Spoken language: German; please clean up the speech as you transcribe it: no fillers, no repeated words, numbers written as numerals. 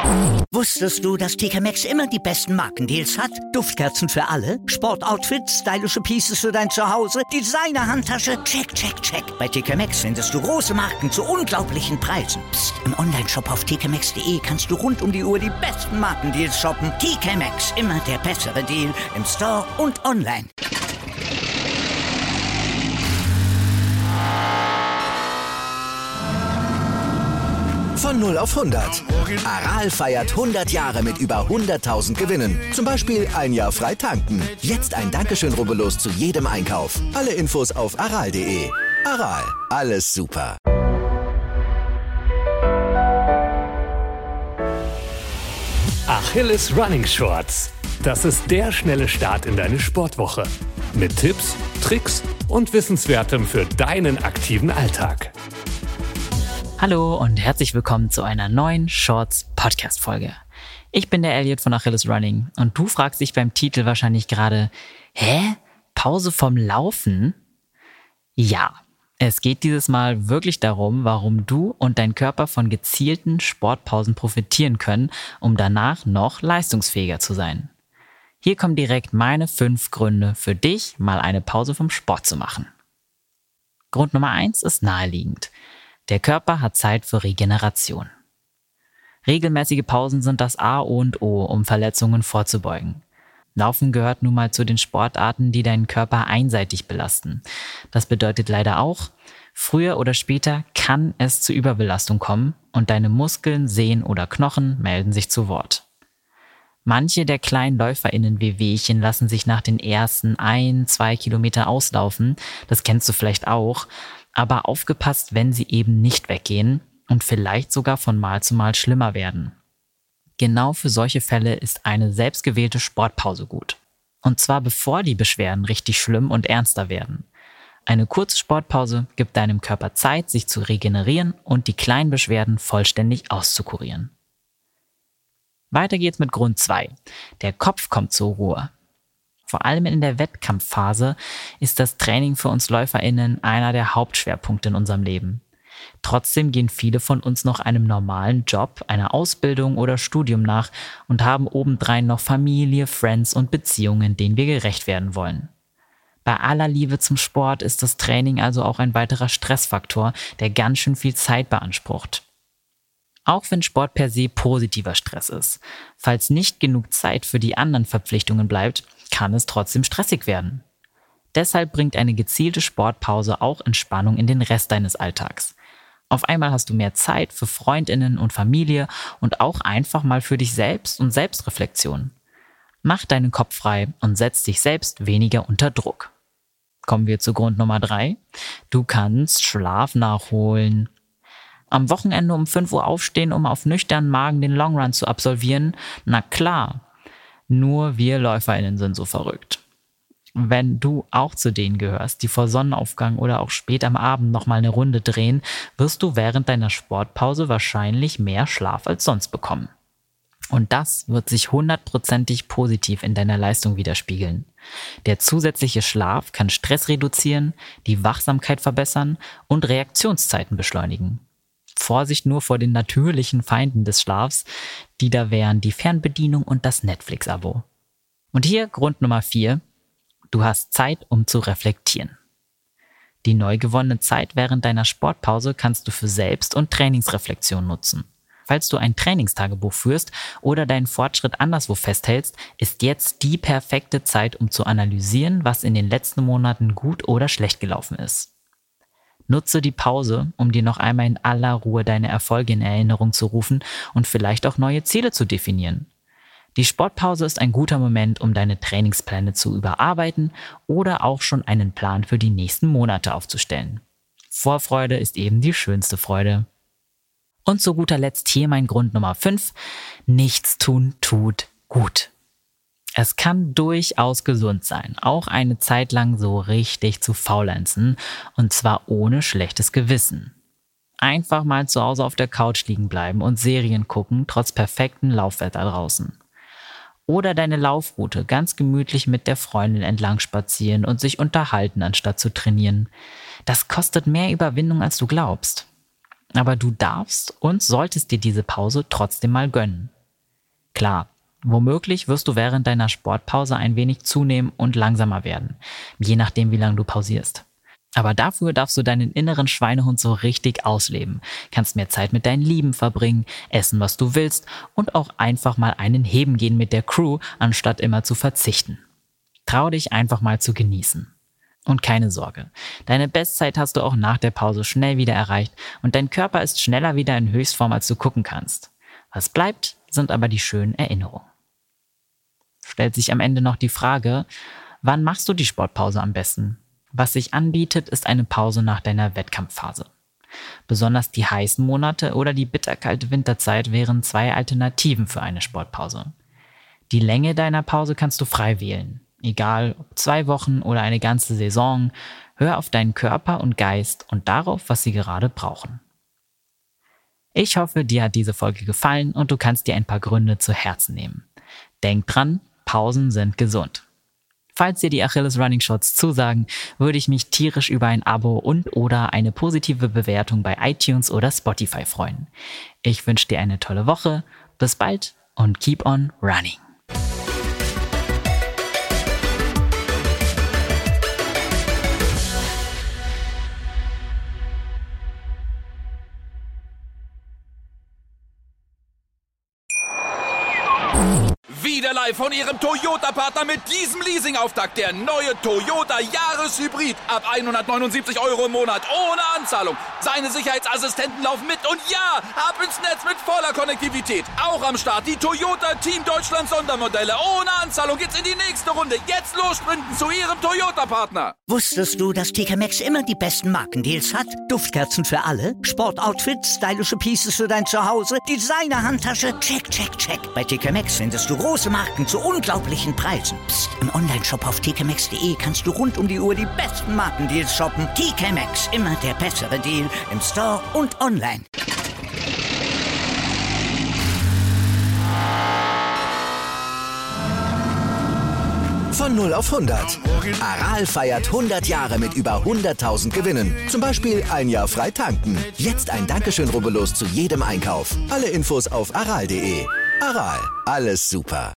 Wusstest du, dass TK Maxx immer die besten Markendeals hat? Duftkerzen für alle, Sportoutfits, stylische Pieces für dein Zuhause, Designer-Handtasche, check, check, check. Bei TK Maxx findest du große Marken zu unglaublichen Preisen. Psst. Im Onlineshop auf tkmaxx.de kannst du rund um die Uhr die besten Markendeals shoppen. TK Maxx, immer der bessere Deal im Store und online. Von 0 auf 100. Aral feiert 100 Jahre mit über 100.000 Gewinnen. Zum Beispiel ein Jahr frei tanken. Jetzt ein Dankeschön, rubbellos zu jedem Einkauf. Alle Infos auf aral.de. Aral, alles super. Achilles Running Shorts. Das ist der schnelle Start in deine Sportwoche. Mit Tipps, Tricks und Wissenswertem für deinen aktiven Alltag. Hallo und herzlich willkommen zu einer neuen Shorts-Podcast-Folge. Ich bin der Elliot von Achilles Running und du fragst dich beim Titel wahrscheinlich gerade, Pause vom Laufen? Ja, es geht dieses Mal wirklich darum, warum du und dein Körper von gezielten Sportpausen profitieren können, um danach noch leistungsfähiger zu sein. Hier kommen direkt meine 5 Gründe für dich, mal eine Pause vom Sport zu machen. Grund Nummer 1 ist naheliegend. Der Körper hat Zeit für Regeneration. Regelmäßige Pausen sind das A und O, um Verletzungen vorzubeugen. Laufen gehört nun mal zu den Sportarten, die deinen Körper einseitig belasten. Das bedeutet leider auch, früher oder später kann es zu Überbelastung kommen und deine Muskeln, Sehnen oder Knochen melden sich zu Wort. Manche der kleinen LäuferInnen Wehwehchen lassen sich nach den ersten 1-2 Kilometer auslaufen, das kennst du vielleicht auch, aber aufgepasst, wenn sie eben nicht weggehen und vielleicht sogar von Mal zu Mal schlimmer werden. Genau für solche Fälle ist eine selbstgewählte Sportpause gut. Und zwar bevor die Beschwerden richtig schlimm und ernster werden. Eine kurze Sportpause gibt deinem Körper Zeit, sich zu regenerieren und die kleinen Beschwerden vollständig auszukurieren. Weiter geht's mit Grund 2. Der Kopf kommt zur Ruhe. Vor allem in der Wettkampfphase ist das Training für uns LäuferInnen einer der Hauptschwerpunkte in unserem Leben. Trotzdem gehen viele von uns noch einem normalen Job, einer Ausbildung oder Studium nach und haben obendrein noch Familie, Friends und Beziehungen, denen wir gerecht werden wollen. Bei aller Liebe zum Sport ist das Training also auch ein weiterer Stressfaktor, der ganz schön viel Zeit beansprucht. Auch wenn Sport per se positiver Stress ist. Falls nicht genug Zeit für die anderen Verpflichtungen bleibt, kann es trotzdem stressig werden. Deshalb bringt eine gezielte Sportpause auch Entspannung in den Rest deines Alltags. Auf einmal hast du mehr Zeit für FreundInnen und Familie und auch einfach mal für dich selbst und Selbstreflexion. Mach deinen Kopf frei und setz dich selbst weniger unter Druck. Kommen wir zu Grund Nummer 3. Du kannst Schlaf nachholen. Am Wochenende um 5 Uhr aufstehen, um auf nüchternen Magen den Longrun zu absolvieren? Na klar, nur wir LäuferInnen sind so verrückt. Wenn du auch zu denen gehörst, die vor Sonnenaufgang oder auch spät am Abend nochmal eine Runde drehen, wirst du während deiner Sportpause wahrscheinlich mehr Schlaf als sonst bekommen. Und das wird sich 100%ig positiv in deiner Leistung widerspiegeln. Der zusätzliche Schlaf kann Stress reduzieren, die Wachsamkeit verbessern und Reaktionszeiten beschleunigen. Vorsicht nur vor den natürlichen Feinden des Schlafs, die da wären die Fernbedienung und das Netflix-Abo. Und hier Grund Nummer 4. Du hast Zeit, um zu reflektieren. Die neu gewonnene Zeit während deiner Sportpause kannst du für Selbst- und Trainingsreflexion nutzen. Falls du ein Trainingstagebuch führst oder deinen Fortschritt anderswo festhältst, ist jetzt die perfekte Zeit, um zu analysieren, was in den letzten Monaten gut oder schlecht gelaufen ist. Nutze die Pause, um dir noch einmal in aller Ruhe deine Erfolge in Erinnerung zu rufen und vielleicht auch neue Ziele zu definieren. Die Sportpause ist ein guter Moment, um deine Trainingspläne zu überarbeiten oder auch schon einen Plan für die nächsten Monate aufzustellen. Vorfreude ist eben die schönste Freude. Und zu guter Letzt hier mein Grund Nummer 5. Nichts tun tut gut. Es kann durchaus gesund sein, auch eine Zeit lang so richtig zu faulenzen, und zwar ohne schlechtes Gewissen. Einfach mal zu Hause auf der Couch liegen bleiben und Serien gucken, trotz perfektem Laufwetter draußen. Oder deine Laufroute ganz gemütlich mit der Freundin entlang spazieren und sich unterhalten, anstatt zu trainieren. Das kostet mehr Überwindung, als du glaubst. Aber du darfst und solltest dir diese Pause trotzdem mal gönnen. Klar, womöglich wirst du während deiner Sportpause ein wenig zunehmen und langsamer werden, je nachdem, wie lange du pausierst. Aber dafür darfst du deinen inneren Schweinehund so richtig ausleben, kannst mehr Zeit mit deinen Lieben verbringen, essen, was du willst und auch einfach mal einen Heben gehen mit der Crew, anstatt immer zu verzichten. Trau dich einfach mal zu genießen. Und keine Sorge, deine Bestzeit hast du auch nach der Pause schnell wieder erreicht und dein Körper ist schneller wieder in Höchstform, als du gucken kannst. Was bleibt, sind aber die schönen Erinnerungen. Stellt sich am Ende noch die Frage, wann machst du die Sportpause am besten? Was sich anbietet, ist eine Pause nach deiner Wettkampfphase. Besonders die heißen Monate oder die bitterkalte Winterzeit wären 2 Alternativen für eine Sportpause. Die Länge deiner Pause kannst du frei wählen. Egal ob 2 Wochen oder eine ganze Saison, hör auf deinen Körper und Geist und darauf, was sie gerade brauchen. Ich hoffe, dir hat diese Folge gefallen und du kannst dir ein paar Gründe zu Herzen nehmen. Denk dran, Pausen sind gesund. Falls dir die Achilles Running Shorts zusagen, würde ich mich tierisch über ein Abo und/oder eine positive Bewertung bei iTunes oder Spotify freuen. Ich wünsche dir eine tolle Woche, bis bald und keep on running. Wieder live von Ihrem Toyota-Partner mit diesem Leasing-Auftakt. Der neue Toyota Jahreshybrid. Ab 179 € im Monat. Ohne Anzahlung. Seine Sicherheitsassistenten laufen mit. Und ja, ab ins Netz mit voller Konnektivität. Auch am Start die Toyota Team Deutschland Sondermodelle. Ohne Anzahlung geht's in die nächste Runde. Jetzt los sprinten zu Ihrem Toyota-Partner. Wusstest du, dass TK Maxx immer die besten Markendeals hat? Duftkerzen für alle, Sportoutfits, stylische Pieces für dein Zuhause, Designer-Handtasche, check, check, check. Bei TK Maxx findest du große Marken zu unglaublichen Preisen. Psst. Im Onlineshop auf tkmaxx.de kannst du rund um die Uhr die besten Markendeals shoppen. TK Maxx, immer der bessere Deal im Store und online. Von 0 auf 100. Aral feiert 100 Jahre mit über 100.000 Gewinnen. Zum Beispiel 1 Jahr frei tanken. Jetzt ein Dankeschön, rubbellos zu jedem Einkauf. Alle Infos auf aral.de. Aral, alles super.